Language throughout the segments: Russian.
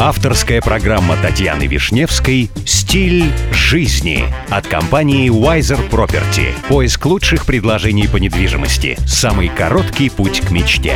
Авторская программа Татьяны Вишневской «Стиль жизни» от компании Wiser Property. Поиск лучших предложений по недвижимости. Самый короткий путь к мечте.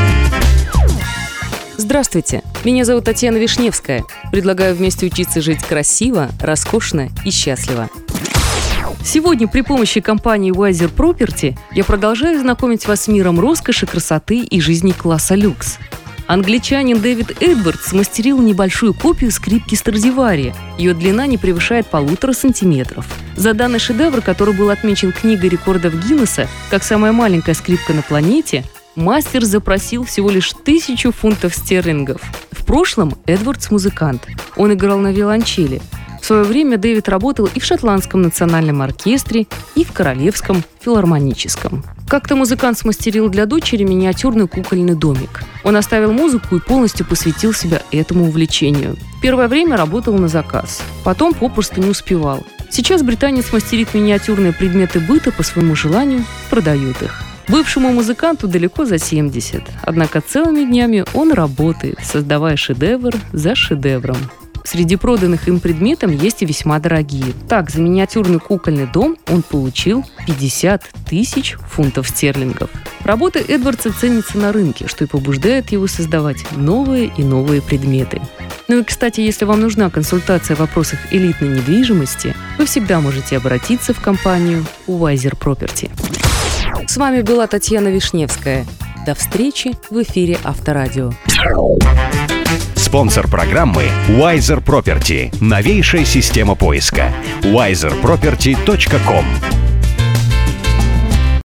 Здравствуйте, меня зовут Татьяна Вишневская. Предлагаю вместе учиться жить красиво, роскошно и счастливо. Сегодня при помощи компании Wiser Property я продолжаю знакомить вас с миром роскоши, красоты и жизни класса люкс. Англичанин Дэвид Эдвардс смастерил небольшую копию скрипки Страдивари. Ее длина не превышает 1,5 сантиметров. За данный шедевр, который был отмечен книгой рекордов Гиннесса как самая маленькая скрипка на планете, мастер запросил всего лишь 1000 фунтов стерлингов. В прошлом Эдвардс музыкант. Он играл на виолончели. В свое время Дэвид работал и в Шотландском национальном оркестре, и в Королевском филармоническом. Как-то музыкант смастерил для дочери миниатюрный кукольный домик. Он оставил музыку и полностью посвятил себя этому увлечению. Первое время работал на заказ, потом попросту не успевал. Сейчас британец мастерит миниатюрные предметы быта по своему желанию, продает их. Бывшему музыканту далеко за 70, однако целыми днями он работает, создавая шедевр за шедевром. Среди проданных им предметов есть и весьма дорогие. Так, за миниатюрный кукольный дом он получил 50 000 фунтов стерлингов. Работы Эдвардса ценятся на рынке, что и побуждает его создавать новые и новые предметы. Ну и, кстати, если вам нужна консультация в вопросах элитной недвижимости, вы всегда можете обратиться в компанию Wiser Property. С вами была Татьяна Вишневская. До встречи в эфире Авторадио. Спонсор программы Wiser Property. Новейшая система поиска. wiserproperty.com